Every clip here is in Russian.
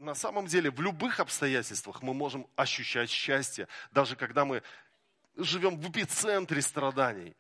на самом деле в любых обстоятельствах мы можем ощущать счастье, даже когда мы живем в эпицентре страданий.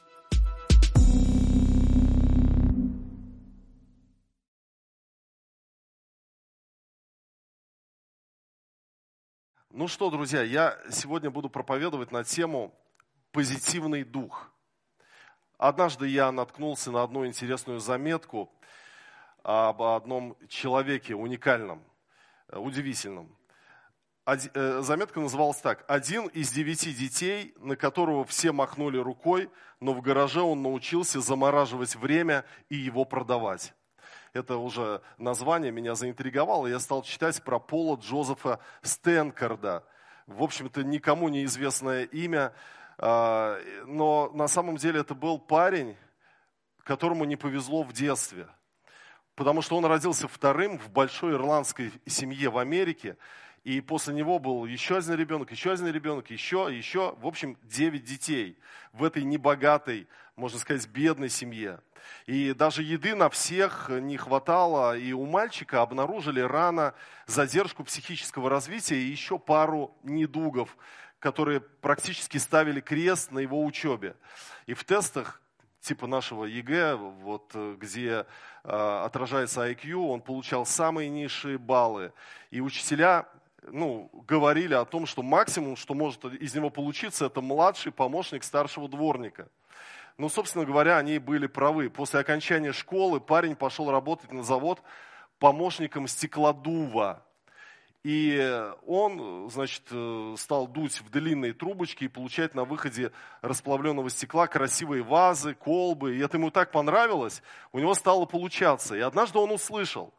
Ну что, друзья, я сегодня буду проповедовать на тему «Позитивный дух». Однажды я наткнулся на одну интересную заметку об одном человеке уникальном, удивительном. Заметка называлась так: «Один из 9 детей, на которого все махнули рукой, но в гараже он научился замораживать время и его продавать». Это уже название меня заинтриговало. Я стал читать про Пола Джозефа Стэнкарда. В общем-то, никому неизвестное имя, но на самом деле это был парень, которому не повезло в детстве. Потому что он родился вторым в большой ирландской семье в Америке. И после него был еще один ребенок, еще. В общем, 9 детей в этой небогатой, можно сказать, бедной семье. И даже еды на всех не хватало. И у мальчика обнаружили рано задержку психического развития и еще пару недугов, которые практически ставили крест на его учебе. И в тестах типа нашего ЕГЭ, вот, где отражается IQ, он получал самые низшие баллы. И учителя говорили о том, что максимум, что может из него получиться, это младший помощник старшего дворника. Собственно говоря, они были правы. После окончания школы парень пошел работать на завод помощником стеклодува. И он, стал дуть в длинные трубочки и получать на выходе расплавленного стекла красивые вазы, колбы. И это ему так понравилось, у него стало получаться. И однажды он услышал,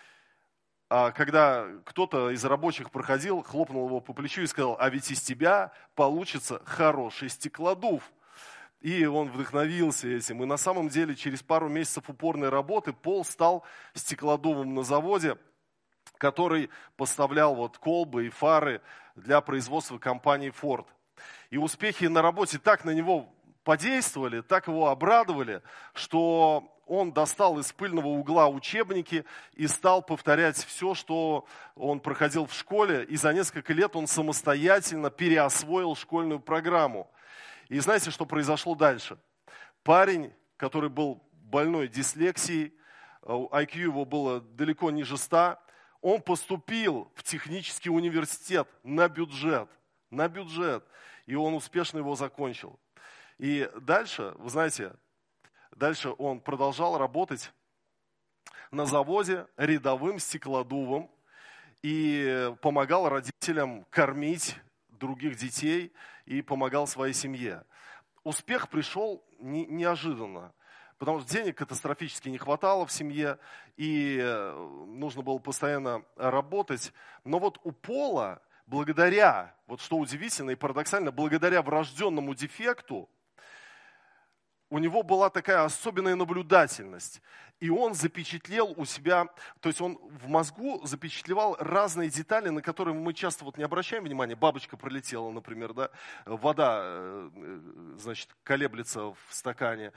когда кто-то из рабочих проходил, хлопнул его по плечу и сказал: «А ведь из тебя получится хороший стеклодув». И он вдохновился этим. И на самом деле через пару месяцев упорной работы Пол стал стеклодувом на заводе, который поставлял колбы и фары для производства компании Ford. И успехи на работе так на него подействовали, так его обрадовали, что он достал из пыльного угла учебники и стал повторять все, что он проходил в школе. И за несколько лет он самостоятельно переосвоил школьную программу. И знаете, что произошло дальше? Парень, который был больной дислексией, IQ его было далеко ниже 100, он поступил в технический университет на бюджет. И он успешно его закончил. И дальше, вы знаете, дальше он продолжал работать на заводе рядовым стеклодувом и помогал родителям кормить других детей и помогал своей семье. Успех пришел неожиданно, потому что денег катастрофически не хватало в семье, и нужно было постоянно работать. Но у Пола, благодаря, что удивительно и парадоксально, благодаря врожденному дефекту, у него была такая особенная наблюдательность. И он запечатлел у себя, то есть он в мозгу запечатлевал разные детали, на которые мы часто не обращаем внимания. Бабочка пролетела, например, да? Вода, колеблется в стакане,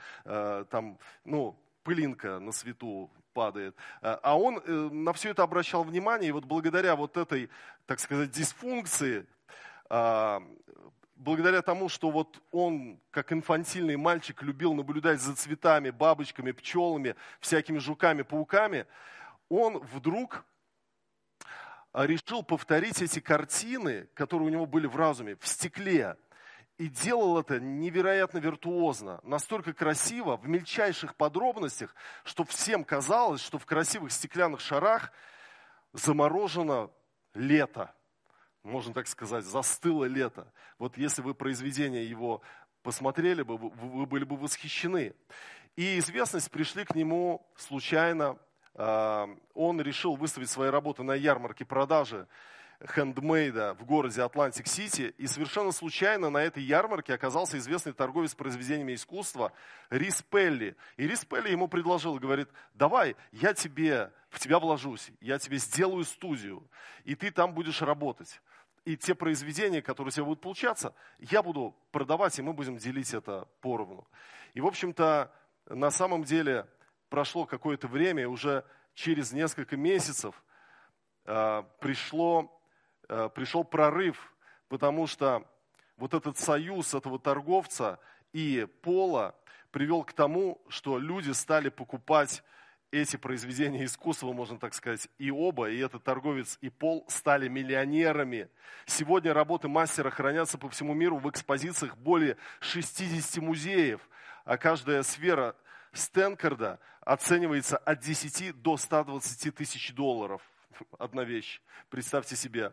пылинка на свету падает. А он на все это обращал внимание, и благодаря этой, так сказать, дисфункции, благодаря тому, что он, как инфантильный мальчик, любил наблюдать за цветами, бабочками, пчелами, всякими жуками, пауками, он вдруг решил повторить эти картины, которые у него были в разуме, в стекле. И делал это невероятно виртуозно, настолько красиво, в мельчайших подробностях, что всем казалось, что в красивых стеклянных шарах заморожено лето. Можно так сказать, застыло лето. Если вы произведение его посмотрели бы, вы были бы восхищены. И известность пришли к нему случайно. Он решил выставить свои работы на ярмарке продажи хендмейда в городе Атлантик-Сити. И совершенно случайно на этой ярмарке оказался известный торговец произведениями искусства Рис Пелли. И Рис Пелли ему предложил, говорит: давай, в тебя вложусь, я тебе сделаю студию, и ты там будешь работать. И те произведения, которые у тебя будут получаться, я буду продавать, и мы будем делить это поровну. И, в общем-то, на самом деле прошло какое-то время, и уже через несколько месяцев пришел прорыв, потому что вот этот союз этого торговца и Пола привел к тому, что люди стали покупать эти произведения искусства, можно так сказать, и оба, и этот торговец, и Пол стали миллионерами. Сегодня работы мастера хранятся по всему миру в экспозициях более 60 музеев, а каждая сфера Стэнфорда оценивается от 10 до 120 тысяч долларов. Одна вещь, представьте себе.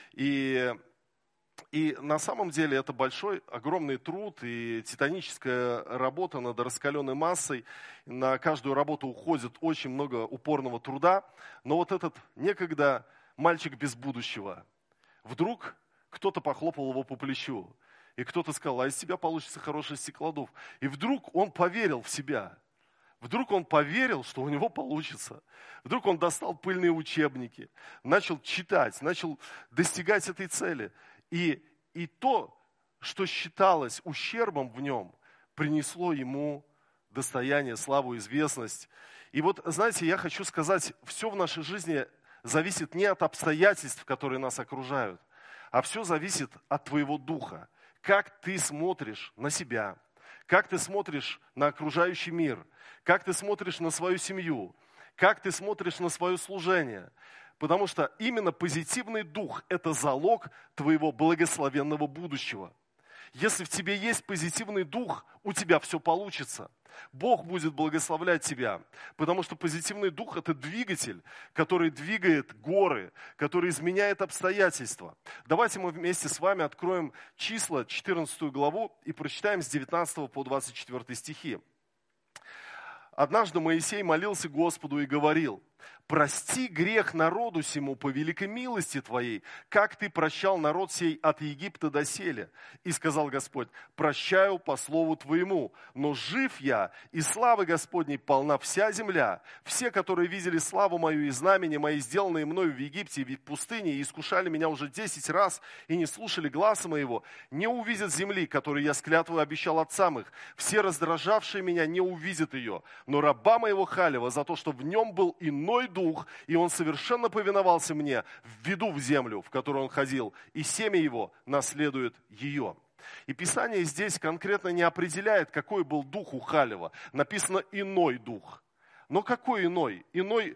И на самом деле это большой, огромный труд и титаническая работа над раскаленной массой. На каждую работу уходит очень много упорного труда. Но вот этот некогда мальчик без будущего, вдруг кто-то похлопал его по плечу. И кто-то сказал: а из тебя получится хороший стеклодув. И вдруг он поверил в себя. Вдруг он поверил, что у него получится. Вдруг он достал пыльные учебники, начал читать, начал достигать этой цели. И то, что считалось ущербом в нем, принесло ему достояние, славу, известность. И вот, знаете, я хочу сказать, все в нашей жизни зависит не от обстоятельств, которые нас окружают, а все зависит от твоего духа. Как ты смотришь на себя, как ты смотришь на окружающий мир, как ты смотришь на свою семью, как ты смотришь на свое служение. Потому что именно позитивный дух – это залог твоего благословенного будущего. Если в тебе есть позитивный дух, у тебя все получится. Бог будет благословлять тебя, потому что позитивный дух – это двигатель, который двигает горы, который изменяет обстоятельства. Давайте мы вместе с вами откроем числа, 14 главу, и прочитаем с 19 по 24 стихи. «Однажды Моисей молился Господу и говорил: прости грех народу сему по великой милости Твоей, как Ты прощал народ сей от Египта доселе. И сказал Господь: прощаю по слову Твоему, но жив я, и славы Господней полна вся земля. Все, которые видели славу мою и знамения мои, сделанные мною в Египте и в пустыне, и искушали меня уже 10 раз, и не слушали гласа моего, не увидят земли, которую я с клятвой обещал отцам их. Все раздражавшие меня не увидят ее. Но раба моего Халева за то, что в нем был иной дух, и он совершенно повиновался мне, введу в землю, в которую он ходил, и семя его наследует ее». И Писание здесь конкретно не определяет, какой был дух у Халева. Написано «иной дух». Но какой иной? Иной,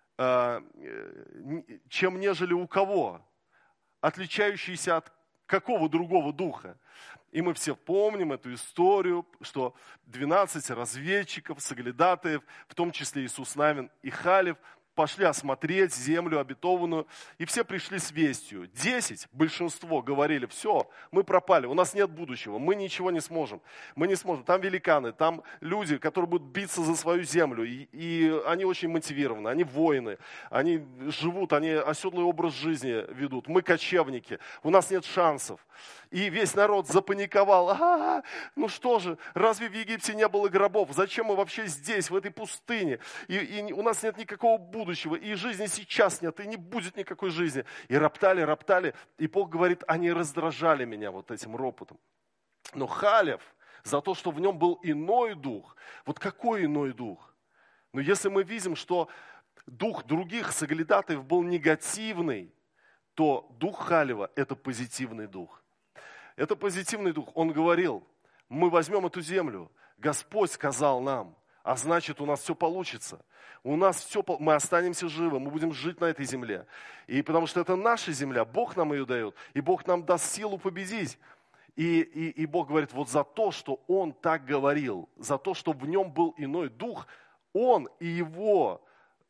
чем нежели у кого? Отличающийся от какого другого духа? И мы все помним эту историю, что 12 разведчиков, соглядатаев, в том числе Иисус Навин и Халев, пошли осмотреть землю обетованную, и все пришли с вестью. 10, большинство, говорили: все, мы пропали, у нас нет будущего, мы ничего не сможем. Мы не сможем. Там великаны, там люди, которые будут биться за свою землю, и они очень мотивированы, они воины, они живут, они оседлый образ жизни ведут. Мы кочевники, у нас нет шансов. И весь народ запаниковал. Ну что же, разве в Египте не было гробов? Зачем мы вообще здесь, в этой пустыне? И у нас нет никакого будущего, и жизни сейчас нет, и не будет никакой жизни. И роптали, и Бог говорит: они раздражали меня вот этим ропотом. Но Халев, за то, что в нем был иной дух, вот какой иной дух? Но если мы видим, что дух других соглядатаев был негативный, то дух Халева – это позитивный дух. Это позитивный дух. Он говорил: мы возьмем эту землю, Господь сказал нам, а значит, у нас все получится. Мы останемся живы, мы будем жить на этой земле. И потому что это наша земля, Бог нам ее дает, и Бог нам даст силу победить. И Бог говорит: вот за то, что Он так говорил, за то, что в нем был иной дух, Он и его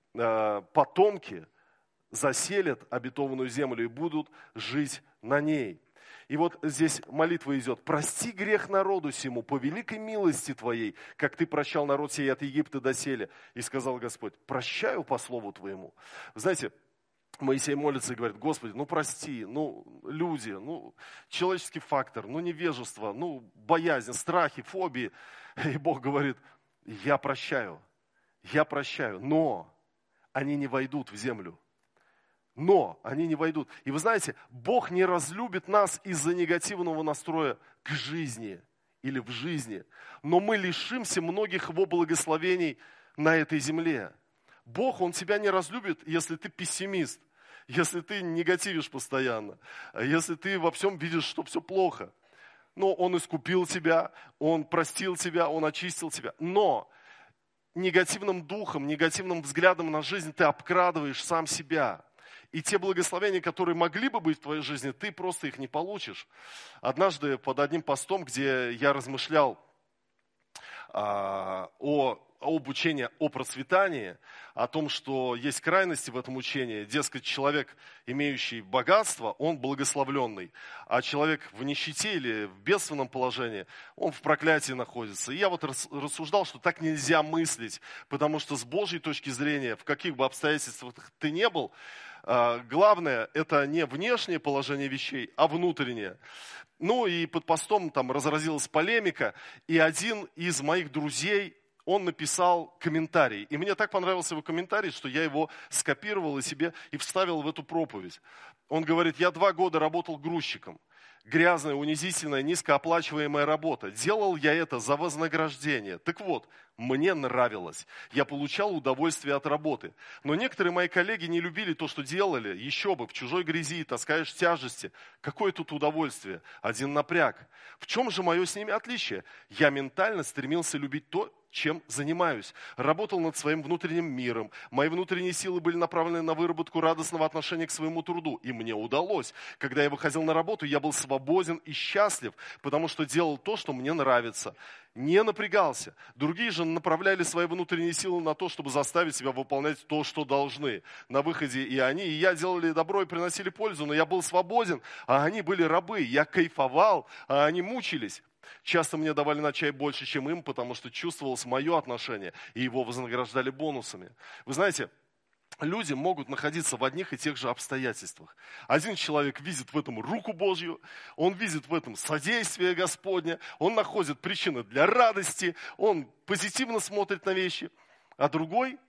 потомки заселят обетованную землю и будут жить на ней. И вот здесь молитва идет: прости грех народу сему по великой милости Твоей, как Ты прощал народ сей от Египта доселе. И сказал Господь: прощаю по слову Твоему. Вы знаете, Моисей молится и говорит: Господи, прости, люди, человеческий фактор, невежество, боязнь, страхи, фобии. И Бог говорит: я прощаю, но они не войдут в землю. Но они не войдут. И вы знаете, Бог не разлюбит нас из-за негативного настроя к жизни или в жизни. Но мы лишимся многих Его благословений на этой земле. Бог, Он тебя не разлюбит, если ты пессимист. если ты негативишь постоянно, если ты во всем видишь, что все плохо. Но Он искупил тебя, Он простил тебя, Он очистил тебя. Но негативным духом, негативным взглядом на жизнь ты обкрадываешь сам себя. И те благословения, которые могли бы быть в твоей жизни, ты просто их не получишь. Однажды под одним постом, где я размышлял об учении о процветании, о том, что есть крайности в этом учении. Дескать, человек, имеющий богатство, он благословленный, а человек в нищете или в бедственном положении, он в проклятии находится. И я вот рассуждал, что так нельзя мыслить, потому что с Божьей точки зрения, в каких бы обстоятельствах ты не был, главное, это не внешнее положение вещей, а внутреннее. Ну и под постом там разразилась полемика, и один из моих друзей, он написал комментарий. И мне так понравился его комментарий, что я его скопировал и себе и вставил в эту проповедь. Он говорит: я 2 года работал грузчиком. Грязная, унизительная, низкооплачиваемая работа. Делал я это за вознаграждение. Так вот, мне нравилось. Я получал удовольствие от работы. Но некоторые мои коллеги не любили то, что делали. Еще бы, в чужой грязи таскаешь тяжести. Какое тут удовольствие? Один напряг. В чем же мое с ними отличие? Я ментально стремился любить то, чем занимаюсь. Работал над своим внутренним миром. Мои внутренние силы были направлены на выработку радостного отношения к своему труду. И мне удалось. Когда я выходил на работу, я был свободен и счастлив, потому что делал то, что мне нравится. Не напрягался. Другие же направляли свои внутренние силы на то, чтобы заставить себя выполнять то, что должны. На выходе и они, и я делали добро и приносили пользу, но я был свободен, а они были рабы. Я кайфовал, а они мучились. Часто мне давали на чай больше, чем им, потому что чувствовалось мое отношение, и его вознаграждали бонусами. Вы знаете, люди могут находиться в одних и тех же обстоятельствах. Один человек видит в этом руку Божью, он видит в этом содействие Господне, он находит причины для радости, он позитивно смотрит на вещи, а другой,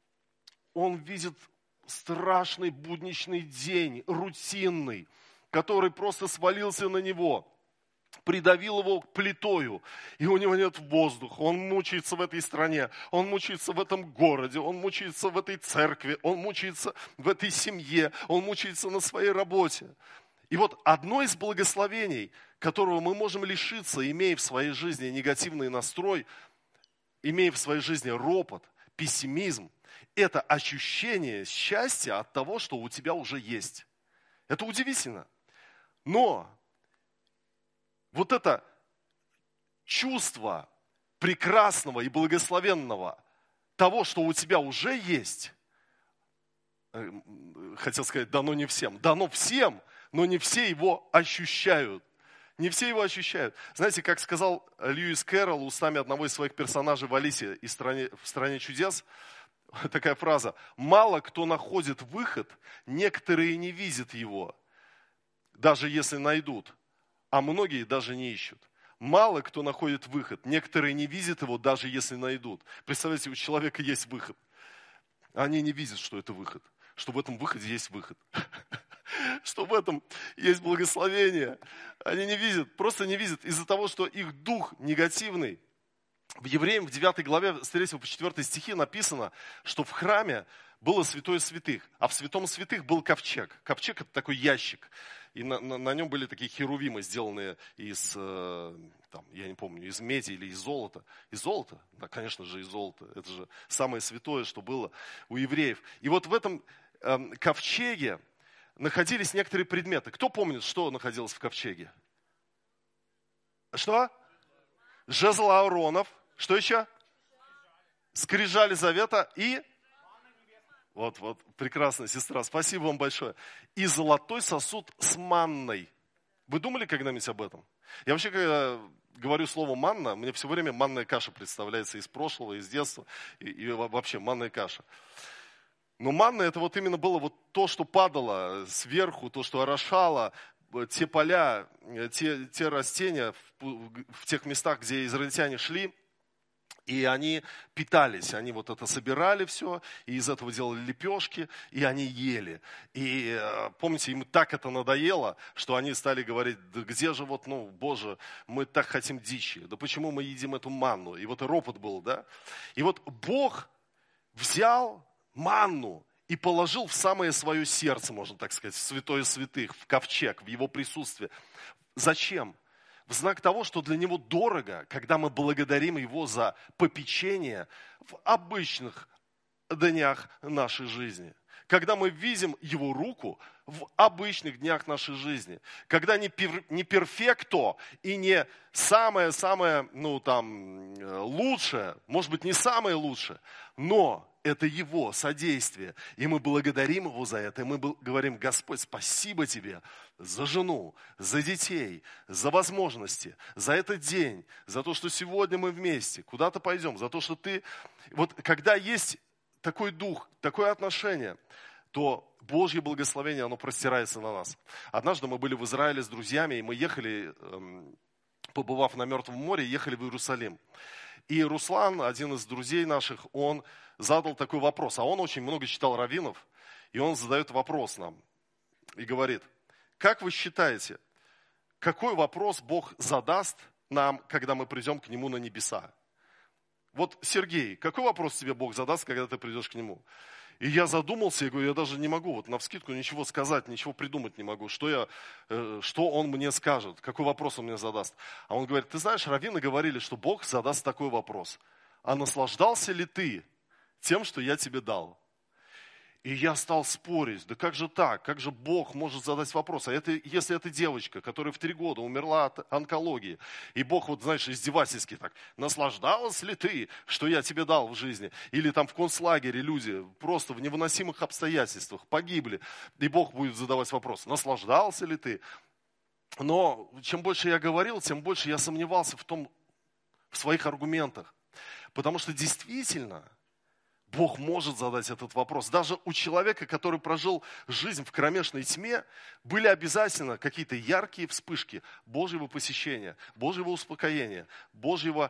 он видит страшный будничный день, рутинный, который просто свалился на него, придавил его плитою, и у него нет воздуха, он мучается в этой стране, он мучается в этом городе, он мучается в этой церкви, он мучается в этой семье, он мучается на своей работе. И вот одно из благословений, которого мы можем лишиться, имея в своей жизни негативный настрой, имея в своей жизни ропот, пессимизм, это ощущение счастья от того, что у тебя уже есть. Это удивительно. Но вот это чувство прекрасного и благословенного того, что у тебя уже есть, хотел сказать, дано не всем. Дано всем, но не все его ощущают. Не все его ощущают. Знаете, как сказал Льюис Кэрролл устами одного из своих персонажей в «Алисе» и в «Стране чудес», такая фраза: «Мало кто находит выход, некоторые не видят его, даже если найдут. А многие даже не ищут. Мало кто находит выход. Некоторые не видят его, даже если найдут». Представляете, у человека есть выход. Они не видят, что это выход. Что в этом выходе есть выход. Что в этом есть благословение. Они не видят, просто не видят из-за того, что их дух негативный. В Евреям в 9 главе с 3 по 4 стихи написано, что в храме было святое святых, а в святом святых был ковчег. Ковчег – это такой ящик. И на нем были такие херувимы, сделанные из, там, я не помню, из меди или из золота. Из золота? Да, конечно же, из золота. Это же самое святое, что было у евреев. И вот в этом ковчеге находились некоторые предметы. Кто помнит, что находилось в ковчеге? Что? Жезл Ааронов. Что еще? Скрижали завета и... Вот, прекрасная сестра, спасибо вам большое. И золотой сосуд с манной. Вы думали когда-нибудь об этом? Я вообще, когда говорю слово манна, мне все время манная каша представляется из прошлого, из детства, и вообще манная каша. Но манна это вот именно было вот то, что падало сверху, то, что орошало те поля, те растения в тех местах, где израильтяне шли. И они питались, они вот это собирали все, и из этого делали лепешки, и они ели. И помните, им так это надоело, что они стали говорить: да где же вот, Боже, мы так хотим дичи, да почему мы едим эту манну? И вот ропот был, да? И вот Бог взял манну и положил в самое свое сердце, можно так сказать, в святое святых, в ковчег, в его присутствие. Зачем? В знак того, что для него дорого, когда мы благодарим его за попечение в обычных днях нашей жизни. Когда мы видим его руку в обычных днях нашей жизни. Когда не перфекто и не самое-самое, лучшее, может быть, не самое лучшее, но это его содействие. И мы благодарим его за это. И мы говорим: Господь, спасибо тебе за жену, за детей, за возможности, за этот день, за то, что сегодня мы вместе, куда-то пойдем, за то, что ты... Вот когда есть такой дух, такое отношение, то Божье благословение, оно простирается на нас. Однажды мы были в Израиле с друзьями, и мы ехали, побывав на Мертвом море, ехали в Иерусалим. И Руслан, один из друзей наших, он задал такой вопрос, а он очень много читал раввинов, и он задает вопрос нам и говорит: как вы считаете, какой вопрос Бог задаст нам, когда мы придем к Нему на небеса? Вот, Сергей, какой вопрос тебе Бог задаст, когда ты придешь к Нему? И я задумался, и говорю, я даже не могу вот навскидку ничего сказать, ничего придумать не могу, что он мне скажет, какой вопрос он мне задаст. А он говорит: ты знаешь, раввины говорили, что Бог задаст такой вопрос: а наслаждался ли ты тем, что я тебе дал? И я стал спорить, да как же так, как же Бог может задать вопрос? А если это девочка, которая в 3 года умерла от онкологии, и Бог, вот знаешь, издевательски так: наслаждалась ли ты, что я тебе дал в жизни? Или там в концлагере люди просто в невыносимых обстоятельствах погибли, и Бог будет задавать вопрос: наслаждался ли ты? Но чем больше я говорил, тем больше я сомневался в своих аргументах. Потому что действительно Бог может задать этот вопрос. Даже у человека, который прожил жизнь в кромешной тьме, были обязательно какие-то яркие вспышки Божьего посещения, Божьего успокоения, Божьего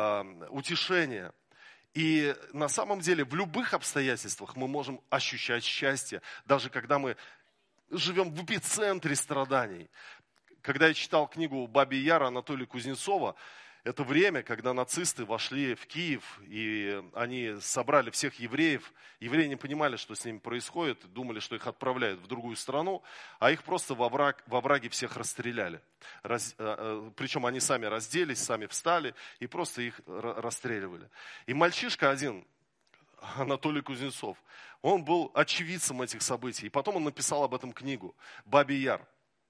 утешения. И на самом деле в любых обстоятельствах мы можем ощущать счастье, даже когда мы живем в эпицентре страданий. Когда я читал книгу «Бабий Яр» Анатолия Кузнецова, это время, когда нацисты вошли в Киев, и они собрали всех евреев. Евреи не понимали, что с ними происходит, думали, что их отправляют в другую страну, а их просто во враге всех расстреляли. Причем они сами разделись, сами встали и просто их расстреливали. И мальчишка один, Анатолий Кузнецов, он был очевидцем этих событий. И потом он написал об этом книгу «Бабий Яр».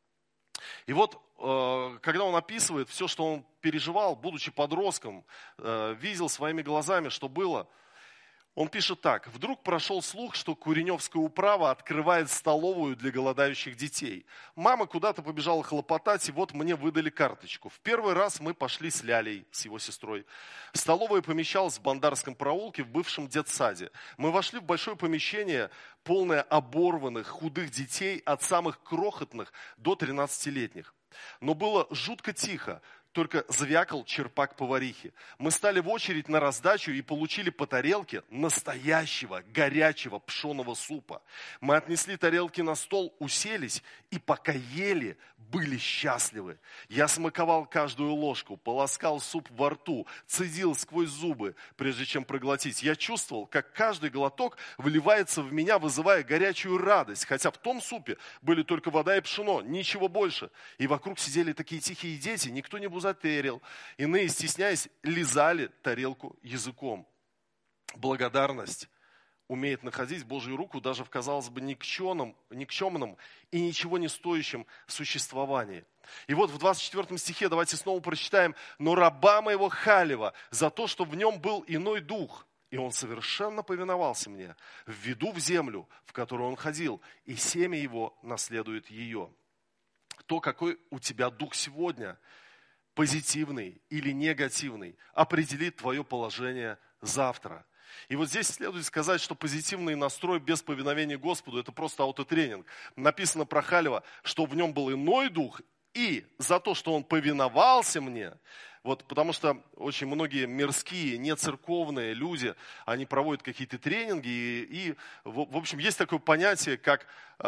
И вот, когда он описывает все, что он переживал, будучи подростком, видел своими глазами, что было, он пишет так: вдруг прошел слух, что Куреневская управа открывает столовую для голодающих детей. Мама куда-то побежала хлопотать, и вот мне выдали карточку. В первый раз мы пошли с Лялей, с его сестрой. Столовая помещалась в Бандарском проулке в бывшем детсаде. Мы вошли в большое помещение, полное оборванных, худых детей от самых крохотных до 13-летних. Но было жутко тихо. Только звякал черпак поварихи. Мы стали в очередь на раздачу и получили по тарелке настоящего горячего пшеного супа. Мы отнесли тарелки на стол, уселись и пока ели, были счастливы. Я смаковал каждую ложку, полоскал суп во рту, цедил сквозь зубы, прежде чем проглотить. Я чувствовал, как каждый глоток вливается в меня, вызывая горячую радость. Хотя в том супе были только вода и пшено, ничего больше. И вокруг сидели такие тихие дети, никто не бузатерил. Иные, стесняясь, лизали тарелку языком. Благодарность умеет находить Божью руку даже в, казалось бы, никчемном и ничего не стоящем существовании. И вот в 24 стихе, давайте снова прочитаем: «Но раба моего Халева за то, что в нем был иной дух, и он совершенно повиновался мне, введу в землю, в которую он ходил, и семя его наследует ее». То, какой у тебя дух сегодня, позитивный или негативный, определит твое положение завтра. И вот здесь следует сказать, что позитивный настрой без повиновения Господу – это просто аутотренинг. Написано про Халева, что в нем был иной дух, и за то, что он повиновался мне, вот, потому что очень многие мирские, нецерковные люди, они проводят какие-то тренинги, и в общем, есть такое понятие, как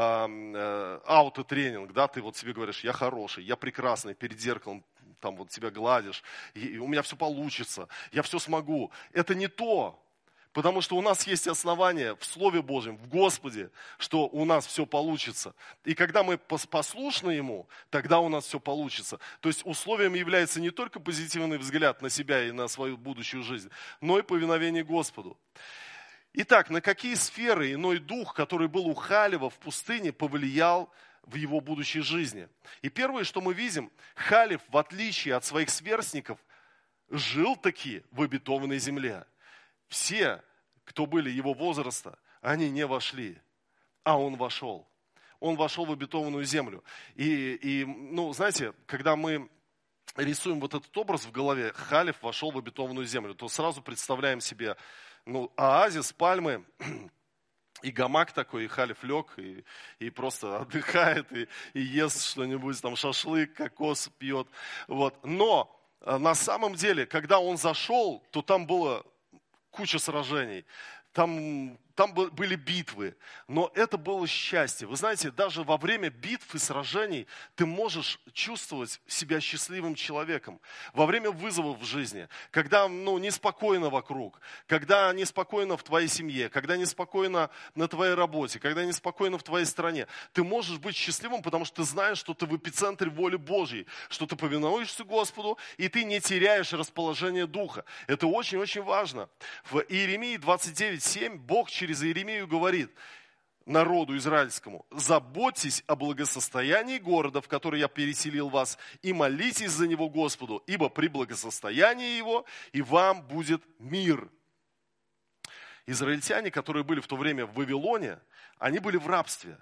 аутотренинг, да, ты вот себе говоришь: я хороший, я прекрасный, перед зеркалом там вот себя гладишь, и у меня все получится, я все смогу. Это не то. Потому что у нас есть основания в Слове Божьем, в Господе, что у нас все получится. И когда мы послушны Ему, тогда у нас все получится. То есть условием является не только позитивный взгляд на себя и на свою будущую жизнь, но и повиновение Господу. Итак, на какие сферы иной дух, который был у Халева в пустыне, повлиял в его будущей жизни? И первое, что мы видим, Халев, в отличие от своих сверстников, жил таки в обетованной земле. Все, кто были его возраста, они не вошли, а он вошел. Он вошел в обетованную землю. И знаете, когда мы рисуем вот этот образ в голове, Халев вошел в обетованную землю, то сразу представляем себе оазис, пальмы, и гамак такой, и Халев лег, и просто отдыхает, и ест что-нибудь, там шашлык, кокос пьет. Вот. Но на самом деле, когда он зашел, то там было куча сражений. Там были битвы, но это было счастье. Вы знаете, даже во время битв и сражений ты можешь чувствовать себя счастливым человеком. Во время вызовов в жизни, когда неспокойно вокруг, когда неспокойно в твоей семье, когда неспокойно на твоей работе, когда неспокойно в твоей стране, ты можешь быть счастливым, потому что ты знаешь, что ты в эпицентре воли Божьей, что ты повинуешься Господу, и ты не теряешь расположение духа. Это очень-очень важно. В Иеремии 29:7 Бог через Иеремию говорит народу израильскому: заботьтесь о благосостоянии города, в который я переселил вас, и молитесь за него Господу, ибо при благосостоянии его и вам будет мир. Израильтяне, которые были в то время в Вавилоне, они были в рабстве.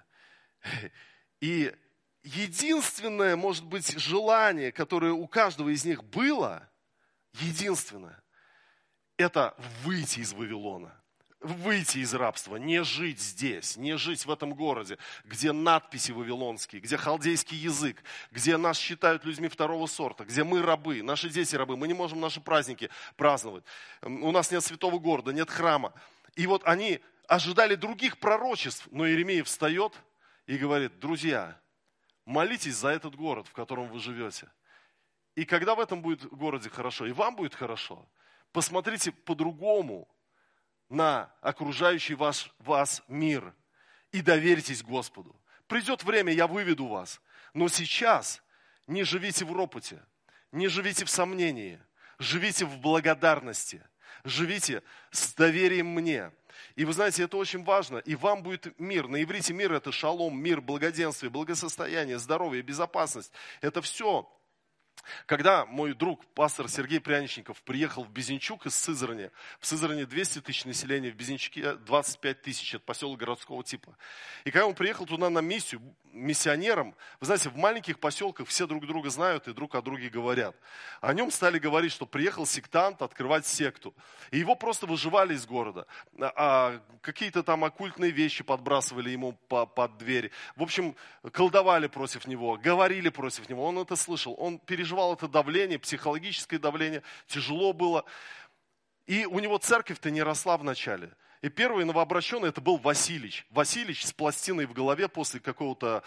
И единственное, может быть, желание, которое у каждого из них было, единственное, это выйти из Вавилона. Выйти из рабства, не жить здесь, не жить в этом городе, где надписи вавилонские, где халдейский язык, где нас считают людьми второго сорта, где мы рабы, наши дети рабы, мы не можем наши праздники праздновать. У нас нет святого города, нет храма. И вот они ожидали других пророчеств, но Иеремия встает и говорит: друзья, молитесь за этот город, в котором вы живете. И когда в этом будет городе хорошо, и вам будет хорошо, посмотрите по-другому на окружающий вас мир и доверьтесь Господу. Придет время, я выведу вас. Но сейчас не живите в ропоте, не живите в сомнении, живите в благодарности, живите с доверием мне. И вы знаете, это очень важно. И вам будет мир. На иврите мир — это шалом, мир, благоденствие, благосостояние, здоровье, безопасность. Это все. Когда мой друг, пастор Сергей Пряничников, приехал в Безенчук из Сызрани, в Сызрани 200 тысяч населения, в Безенчуке 25 тысяч, это поселок городского типа. И когда он приехал туда на миссию, миссионером, вы знаете, в маленьких поселках все друг друга знают и друг о друге говорят. О нем стали говорить, что приехал сектант открывать секту. И его просто выживали из города. Какие-то там оккультные вещи подбрасывали ему под дверь. В общем, колдовали против него, говорили против него. Он это слышал, он переживал это давление, психологическое давление, тяжело было. И у него церковь-то не росла вначале. И первый новообращенный это был Василич. Василич с пластиной в голове после какого-то,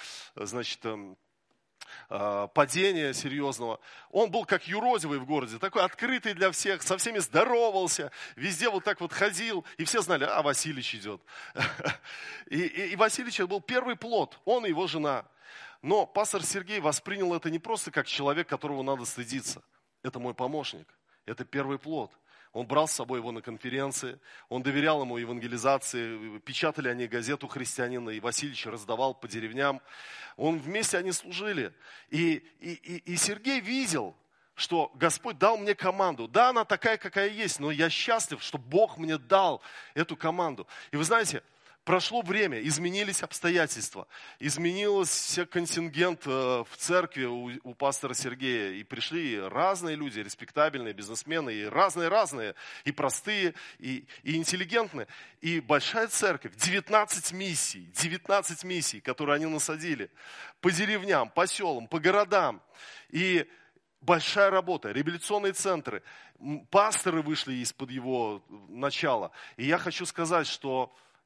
падения серьезного. Он был как юродивый в городе, такой открытый для всех, со всеми здоровался, везде вот так вот ходил, и все знали: Василич идет. И Василич был первый плод, он и его жена. Но пастор Сергей воспринял это не просто как человек, которого надо стыдиться. Это мой помощник, это первый плод. Он брал с собой его на конференции, он доверял ему евангелизации, печатали они газету «Христианина», и Васильевич раздавал по деревням. Вместе они служили. И Сергей видел, что Господь дал мне команду. Да, она такая, какая есть, но я счастлив, что Бог мне дал эту команду. И вы знаете, прошло время, изменились обстоятельства, изменился контингент в церкви у пастора Сергея. И пришли разные люди, респектабельные бизнесмены, и разные, и простые, и интеллигентные. И большая церковь, 19 миссий, которые они насадили по деревням, по селам, по городам. И большая работа, реабилитационные центры, пасторы вышли из-под его начала. И я хочу сказать, что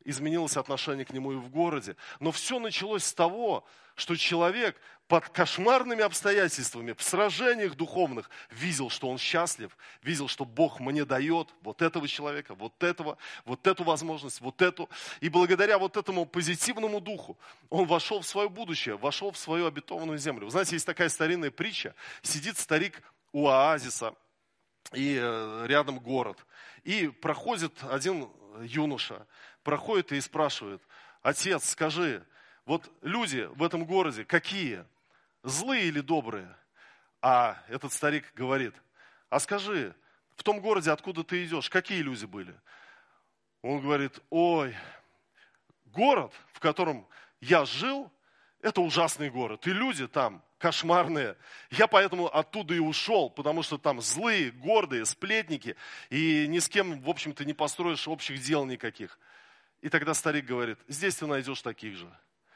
изменилось отношение к нему и в городе. Но все началось с того, что человек под кошмарными обстоятельствами, в сражениях духовных, видел, что он счастлив, видел, что Бог мне дает вот этого человека, вот этого, вот эту возможность, вот эту. И благодаря вот этому позитивному духу он вошел в свое будущее, вошел в свою обетованную землю. Вы знаете, есть такая старинная притча. Сидит старик у оазиса, и рядом город. И проходит один юноша, проходит и спрашивает: отец, скажи, вот люди в этом городе какие? Злые или добрые? А этот старик говорит: а скажи, в том городе, откуда ты идешь, какие люди были? Он говорит: ой, город, в котором я жил, это ужасный город, и люди там кошмарные. Я поэтому оттуда и ушел, потому что там злые, гордые, сплетники, и ни с кем, в общем-то, не построишь общих дел никаких. И тогда старик говорит: здесь ты найдешь таких же.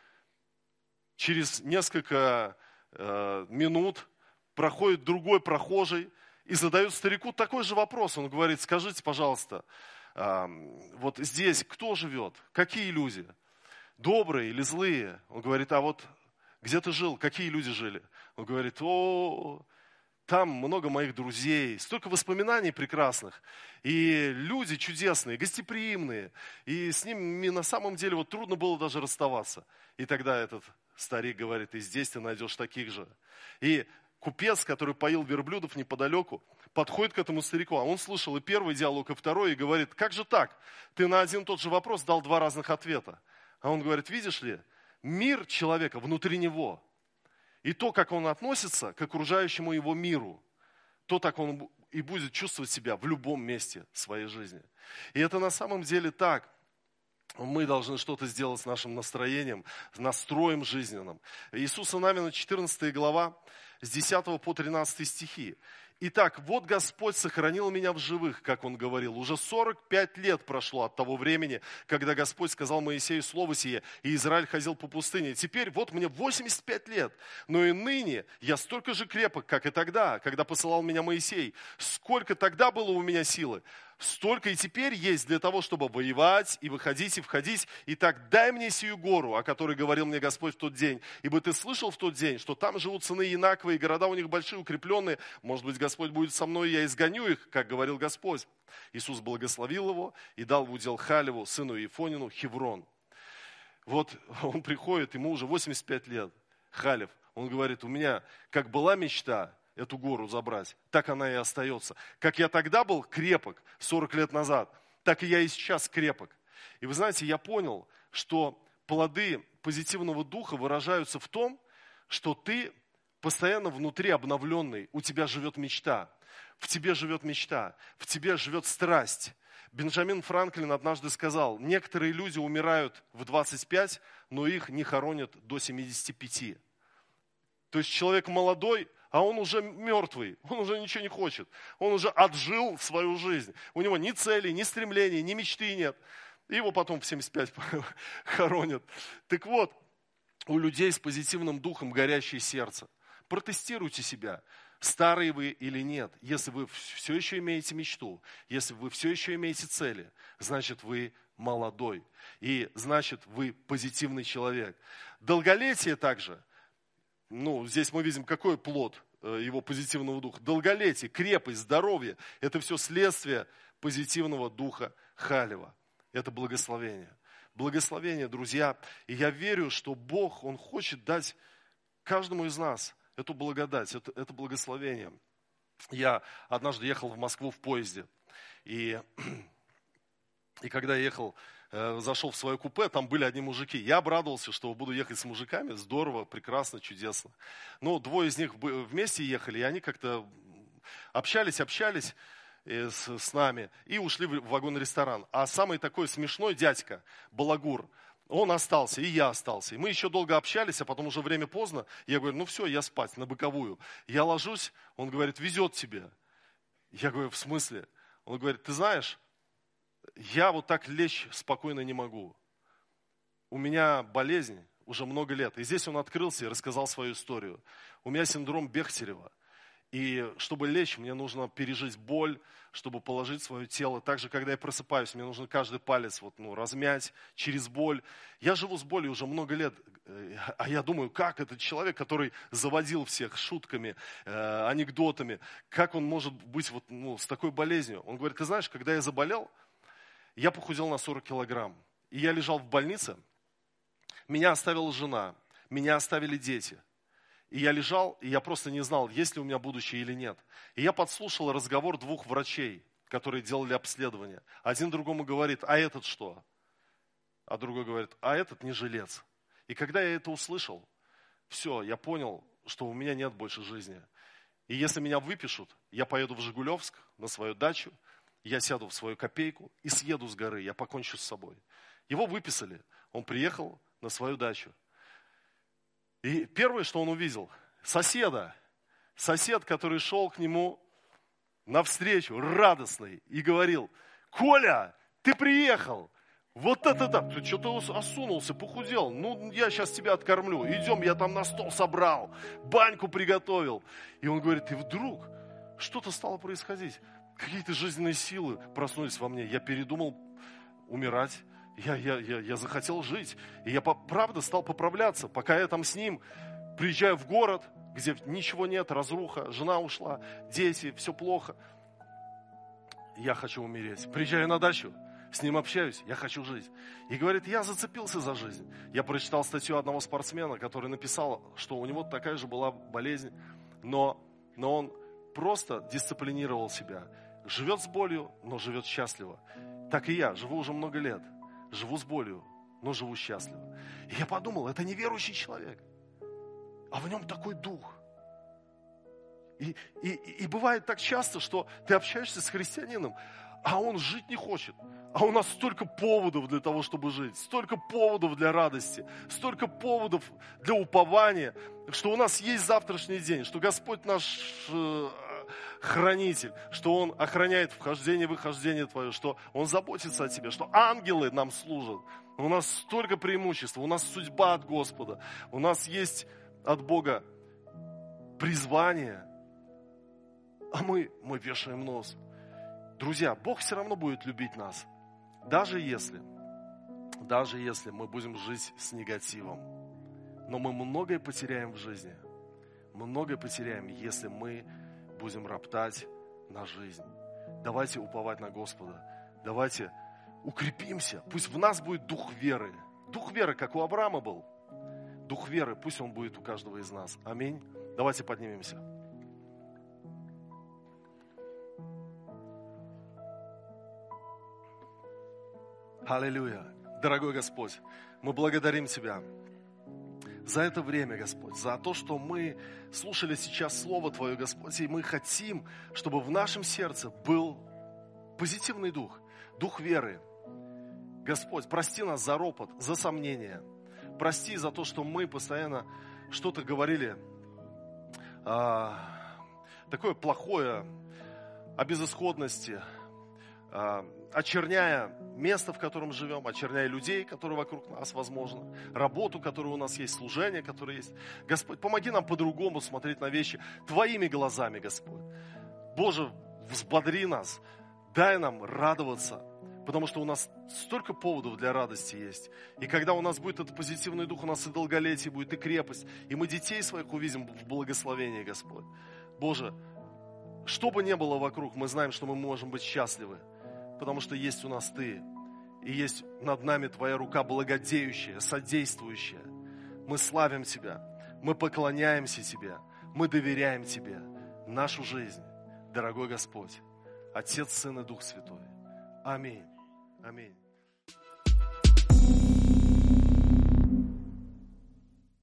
Через несколько минут проходит другой прохожий и задает старику такой же вопрос. Он говорит: скажите, пожалуйста, вот здесь кто живет? Какие люди? Добрые или злые? Он говорит: а вот где ты жил? Какие люди жили? Он говорит: о, там много моих друзей, столько воспоминаний прекрасных. И люди чудесные, гостеприимные. И с ними на самом деле вот трудно было даже расставаться. И тогда этот старик говорит: и здесь ты найдешь таких же. И купец, который поил верблюдов неподалеку, подходит к этому старику, а он слышал и первый диалог, и второй, и говорит: как же так? Ты на один и тот же вопрос дал два разных ответа. А он говорит: видишь ли, мир человека внутри него. И то, как он относится к окружающему его миру, то так он и будет чувствовать себя в любом месте своей жизни. И это на самом деле так. Мы должны что-то сделать с нашим настроением, с настроем жизненным. Иисуса Навина, 14 глава, с 10 по 13 стихи. Итак, вот Господь сохранил меня в живых, как Он говорил. Уже 45 лет прошло от того времени, когда Господь сказал Моисею слово сие, и Израиль ходил по пустыне. Теперь вот мне 85 лет, но и ныне я столько же крепок, как и тогда, когда посылал меня Моисей. Сколько тогда было у меня силы, столько и теперь есть для того, чтобы воевать и выходить и входить. Итак, дай мне сию гору, о которой говорил мне Господь в тот день. Ибо ты слышал в тот день, что там живут сыны Инаковы, и города у них большие, укрепленные. Может быть, Господь будет со мной, и я изгоню их, как говорил Господь. Иисус благословил его и дал в удел Халеву, сыну Ефонину, Хеврон. Вот он приходит, ему уже 85 лет, Халев. Он говорит: у меня как была мечта эту гору забрать, так она и остается. Как я тогда был крепок, 40 лет назад, так и я и сейчас крепок. И вы знаете, я понял, что плоды позитивного духа выражаются в том, что ты постоянно внутри обновленный, у тебя живет мечта, в тебе живет мечта, в тебе живет страсть. Бенджамин Франклин однажды сказал: некоторые люди умирают в 25, но их не хоронят до 75. То есть человек молодой, а он уже мертвый, он уже ничего не хочет, он уже отжил свою жизнь. У него ни цели, ни стремлений, ни мечты нет. И его потом в 75 хоронят. Так вот, у людей с позитивным духом горящее сердце. Протестируйте себя, старые вы или нет. Если вы все еще имеете мечту, если вы все еще имеете цели, значит вы молодой. И значит вы позитивный человек. Долголетие также. Здесь мы видим, какой плод его позитивного духа. Долголетие, крепость, здоровье – это все следствие позитивного духа Халева. Это благословение. Благословение, друзья. И я верю, что Бог, Он хочет дать каждому из нас эту благодать, это благословение. Я однажды ехал в Москву в поезде. И когда я ехал, зашел в свое купе, там были одни мужики. Я обрадовался, что буду ехать с мужиками. Здорово, прекрасно, чудесно. Но двое из них вместе ехали, и они как-то общались с нами и ушли в вагон-ресторан. А самый такой смешной дядька, балагур, он остался, и я остался. И мы еще долго общались, а потом уже время поздно. Я говорю: все, я спать, на боковую. Я ложусь, он говорит: везет тебе. Я говорю: в смысле? Он говорит: ты знаешь, я вот так лечь спокойно не могу. У меня болезнь уже много лет. И здесь он открылся и рассказал свою историю. У меня синдром Бехтерева. И чтобы лечь, мне нужно пережить боль, чтобы положить свое тело. Также, когда я просыпаюсь, мне нужно каждый палец размять через боль. Я живу с болью уже много лет, а я думаю, как этот человек, который заводил всех шутками, анекдотами, как он может быть с такой болезнью? Он говорит, ты знаешь, когда я заболел, я похудел на 40 килограмм. И я лежал в больнице, меня оставила жена, меня оставили дети. И я лежал, и я просто не знал, есть ли у меня будущее или нет. И я подслушал разговор двух врачей, которые делали обследование. Один другому говорит, а этот что? А другой говорит, а этот не жилец. И когда я это услышал, все, я понял, что у меня нет больше жизни. И если меня выпишут, я поеду в Жигулевск на свою дачу, я сяду в свою копейку и съеду с горы, я покончу с собой. Его выписали, он приехал на свою дачу. И первое, что он увидел, соседа. Сосед, который шел к нему навстречу, радостный, и говорил, Коля, ты приехал. Вот это да, ты что-то осунулся, похудел. Ну, я сейчас тебя откормлю. Идем, я там на стол собрал, баньку приготовил. И он говорит, и вдруг что-то стало происходить. Какие-то жизненные силы проснулись во мне. Я передумал умирать. Я захотел жить. И я правда стал поправляться. Пока я там с ним приезжаю в город, где ничего нет, разруха, жена ушла, дети, все плохо. Я хочу умереть. Приезжаю на дачу, с ним общаюсь, я хочу жить. И говорит, я зацепился за жизнь. Я прочитал статью одного спортсмена, который написал, что у него такая же была болезнь, но он просто дисциплинировал себя. Живет с болью, но живет счастливо. Так и я, живу уже много лет. Живу с болью, но живу счастливо. И я подумал, это неверующий человек, а в нем такой дух. И бывает так часто, что ты общаешься с христианином, а он жить не хочет. А у нас столько поводов для того, чтобы жить, столько поводов для радости, столько поводов для упования, что у нас есть завтрашний день, что Господь наш хранитель, что Он охраняет вхождение и выхождение твое, что Он заботится о тебе, что ангелы нам служат. У нас столько преимуществ, у нас судьба от Господа, у нас есть от Бога призвание, а мы вешаем нос. Друзья, Бог все равно будет любить нас, даже если мы будем жить с негативом. Но мы многое потеряем в жизни, многое потеряем, если мы будем роптать на жизнь. Давайте уповать на Господа. Давайте укрепимся. Пусть в нас будет дух веры. Дух веры, как у Авраама был. Дух веры, пусть он будет у каждого из нас. Аминь. Давайте поднимемся. Аллилуйя. Дорогой Господь, мы благодарим Тебя за это время, Господь, за то, что мы слушали сейчас Слово Твое, Господь, и мы хотим, чтобы в нашем сердце был позитивный дух, дух веры. Господь, прости нас за ропот, за сомнения. Прости за то, что мы постоянно что-то говорили такое плохое о безысходности, очерняя место, в котором живем, очерняя людей, которые вокруг нас, возможно, работу, которая у нас есть, служение, которое есть. Господь, помоги нам по-другому смотреть на вещи Твоими глазами, Господь. Боже, взбодри нас, дай нам радоваться, потому что у нас столько поводов для радости есть. И когда у нас будет этот позитивный дух, у нас и долголетие будет, и крепость, и мы детей своих увидим в благословении, Господь. Боже, что бы ни было вокруг, мы знаем, что мы можем быть счастливы, потому что есть у нас Ты, и есть над нами Твоя рука благодеющая, содействующая. Мы славим Тебя, мы поклоняемся Тебе, мы доверяем Тебе нашу жизнь, дорогой Господь, Отец, Сын и Дух Святой. Аминь. Аминь.